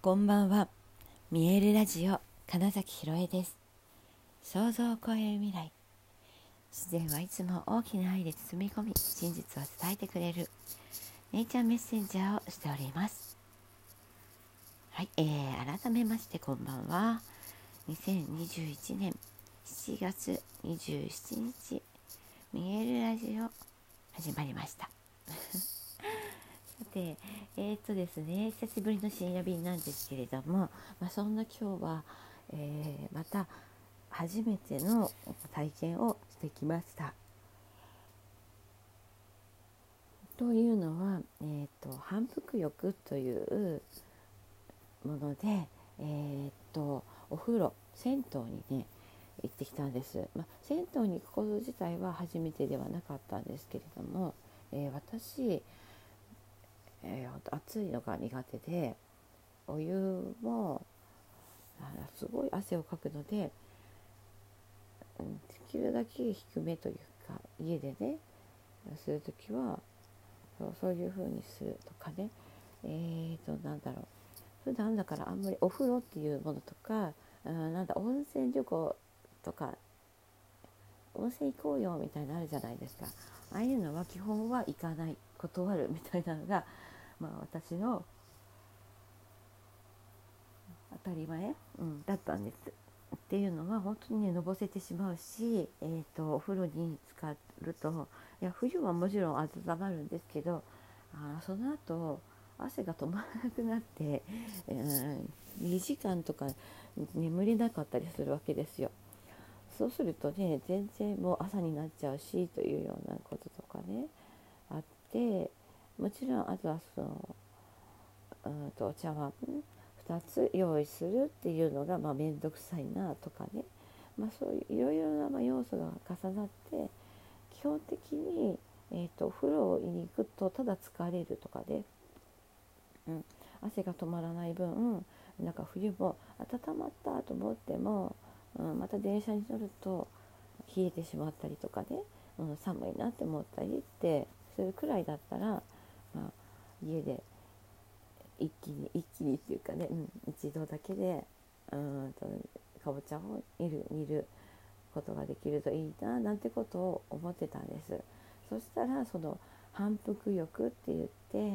こんばんは。見えるラジオ金崎ひろえです。想像を超える未来。自然はいつも大きな愛で包み込み、真実を伝えてくれるネイチャーメッセンジャーをしております。はい、改めましてこんばんは。2021年7月27日見えるラジオ始まりました。さて、ですね、久しぶりの深夜便なんですけれども、そんな今日は、また初めての体験をしてきました。というのは、反復浴というもので、お風呂銭湯にね行ってきたんです。銭湯に行くこと自体は初めてではなかったんですけれども、私、暑いのが苦手で、お湯もすごい汗をかくので、できるだけ低めというか、家でねするときはそういう風にするとかね、なんだろう、普段だからあんまりお風呂っていうものとか、温泉旅行とか温泉行こうよみたいなのあるじゃないですか。ああいうのは基本は行かない、断るみたいなのが、私の当たり前、だったんです。っていうのは本当にねのぼせてしまうし、お風呂に浸かると、いや冬はもちろん温まるんですけど、その後汗が止まらなくなって、2時間とか眠れなかったりするわけですよ。そうするとね全然もう朝になっちゃうしというようなこととかねあって、もちろんあとはお茶碗2つ用意するっていうのがめんどくさいなとかね、そういういろいろな要素が重なって、基本的に、お風呂に行くとただ疲れるとかで、汗が止まらない分、なんか冬も温まったと思っても、また電車に乗ると冷えてしまったりとかね、寒いなって思ったりってするくらいだったら、家で一気にっていうかね、一度だけでかぼちゃを煮ることができるといいななんてことを思ってたんです。そしたらその反復浴って言って、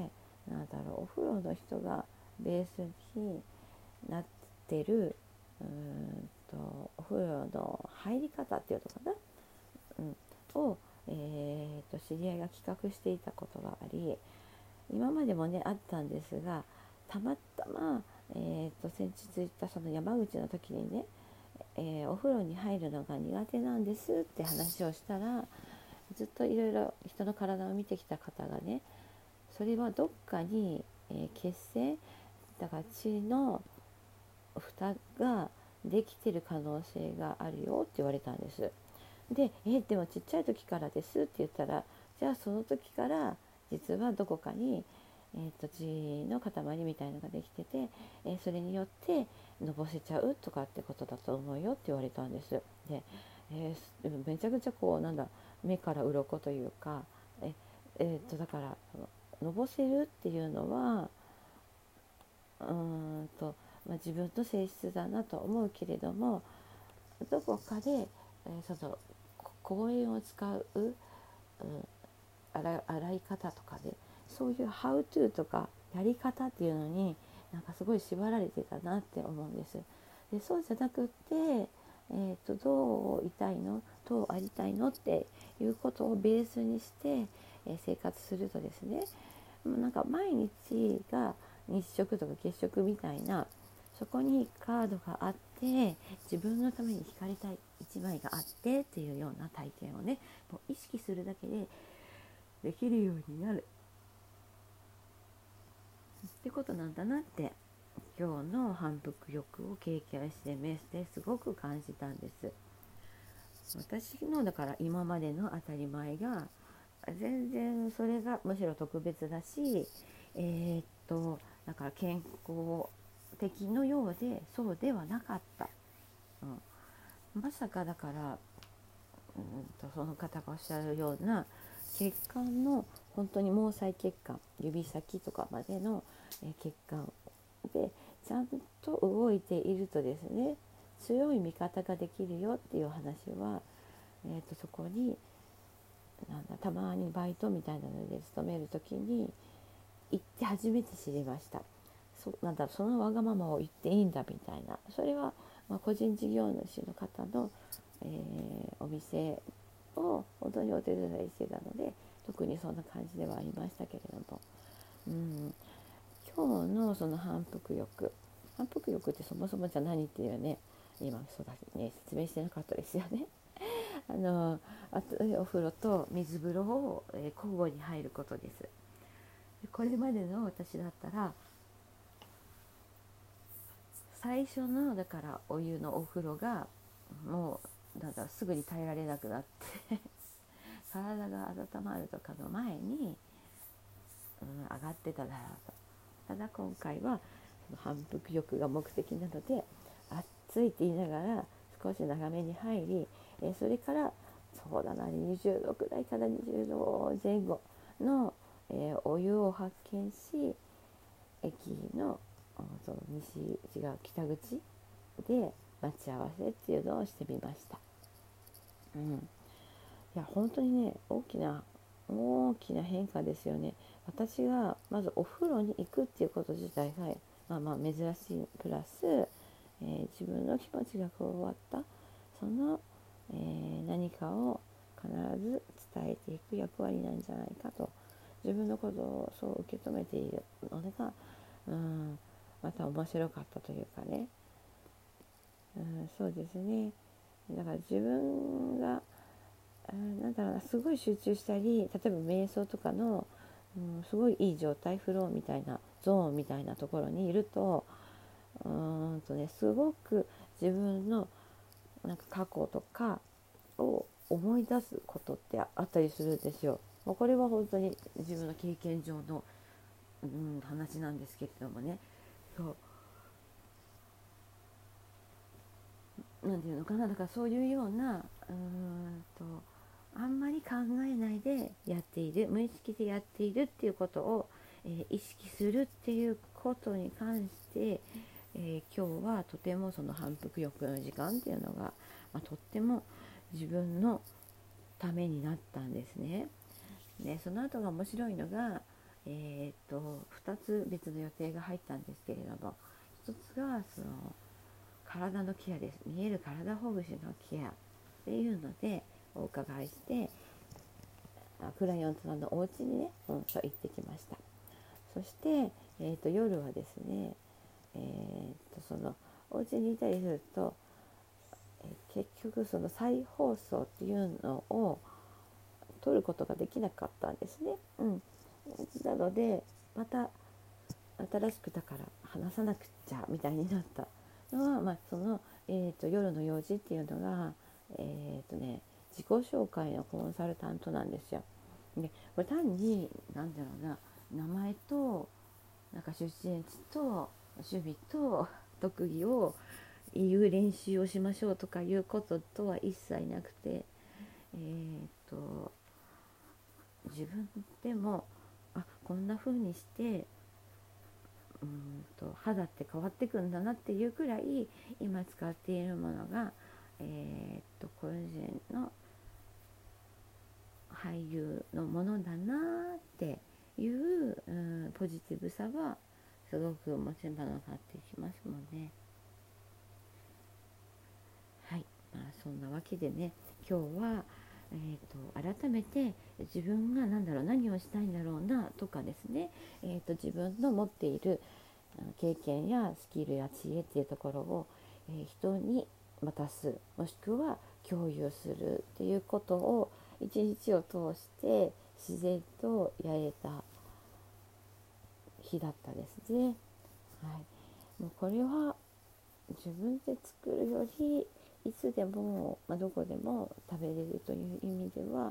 お風呂の人がベースになってるお風呂の入り方っていうのかな、を、知り合いが企画していたことがあり、今までもねあったんですが、たまたま、先日行ったその山口の時にね、お風呂に入るのが苦手なんですって話をしたら、ずっといろいろ人の体を見てきた方がね、それはどっかに、血栓だから血の蓋ができてる可能性があるよって言われたんです。で、でもちっちゃい時からですって言ったら、じゃあその時から実はどこかに、血の塊みたいのができてて、それによってのぼせちゃうとかってことだと思うよって言われたんです。で、めちゃくちゃ目から鱗というか、だからのぼせるっていうのは自分の性質だなと思うけれども、どこかで、その公園を使う、洗い方とかで、そういうハウトゥーとかやり方っていうのにすごい縛られてたなって思うんです。でそうじゃなくって、どういたいのどうありたいのっていうことをベースにして、生活するとですね、毎日が日食とか月食みたいな、そこにカードがあって自分のために引かれた一枚があってっていうような体験をね、もう意識するだけでできるようになるってことなんだなって、今日の反復浴を経験してメスですごく感じたんです。私のだから今までの当たり前が全然それがむしろ特別だし、だから健康的のようでそうではなかった、まさかだから、その方がおっしゃるような血管の本当に毛細血管、指先とかまでの血管でちゃんと動いているとですね、強い味方ができるよっていう話は、そこにたまにバイトみたいなので勤める時に行って初めて知りました。そのわがままを言っていいんだみたいな、それは、個人事業主の方の、お店を本当にお手伝いしてたので、特にそんな感じではありましたけれども、今日のその反復浴ってそもそもじゃ何っていうね、今そうだね、説明してなかったですよね。あとお風呂と水風呂を、交互に入ることです。これまでの私だったら最初のだからお湯のお風呂がもうすぐに耐えられなくなって体が温まるとかの前に、上がってただろうと。ただ今回はその反復浴が目的なので、暑いって言いながら少し長めに入り、それからそうだな20度くらいから20度前後の、お湯を発見し、駅のその北口で待ち合わせっていうのをしてみました。いや本当にね、大きな変化ですよね。私がまずお風呂に行くっていうこと自体が珍しいプラス、自分の気持ちが加わったその、何かを必ず伝えていく役割なんじゃないかと、自分のことをそう受け止めているのが、また面白かったというかね、そうですね。だから自分がなんだろうな、すごい集中したり、例えば瞑想とかの、すごいいい状態、フローみたいなゾーンみたいなところにいると、すごく自分のなんか過去とかを思い出すことってあったりするんですよ。これは本当に自分の経験上の、話なんですけれどもね。なんていうのかな、だからそういうようなあんまり考えないでやっている、無意識でやっているっていうことを、意識するっていうことに関して、今日はとてもその反復浴の時間っていうのが、とっても自分のためになったんですね。でその後が面白いのが、2つ別の予定が入ったんですけれども、1つがその体のケアです。見える体ほぐしのケアっていうのでお伺いして、クライアントさんのお家にね、行ってきました。そして、夜はですね、そのお家にいたりすると、結局その再放送っていうのを撮ることができなかったんですね。なのでまた新しくだから話さなくちゃみたいになったのは、その、夜の用事っていうのが、自己紹介のコンサルタントなんですよ。でこれ単に何だろうな、名前となんか出身地と趣味と特技を言う練習をしましょうとかいうこととは一切なくて、自分でもこんな風にして肌って変わってくんだなっていうくらい今使っているものが、コラージェンの俳優のものだなっていう、ポジティブさはすごく持ち場がってきますもんね。はい、そんなわけでね、今日は、改めて自分が何をしたいんだろうなとかですね、自分の持っている経験やスキルや知恵っていうところを、人に渡す、もしくは共有するっていうことを一日を通して自然とやれた日だったですね。もうこれは自分で作るよりいつでも、どこでも食べれるという意味では、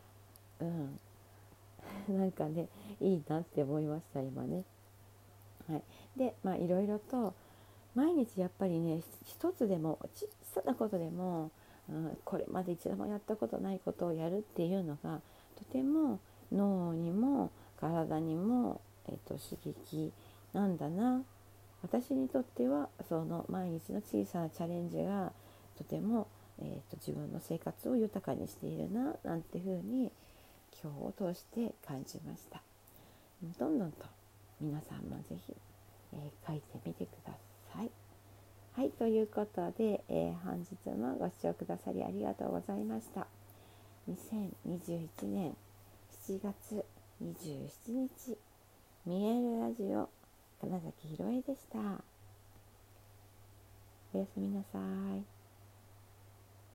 なんかね、いいなって思いました今ね。でいろいろと毎日やっぱりね、一つでも小さなことでも、これまで一度もやったことないことをやるっていうのがとても脳にも体にも、刺激なんだなっ私にとってはその毎日の小さなチャレンジがとても、自分の生活を豊かにしているななんて風に今日を通して感じました。どんどんと皆さんもぜひ、書いてみてください。はい、ということで、本日もご視聴くださりありがとうございました。2021年7月27日見えるラジオ金崎ひろえでした。おやすみなさい。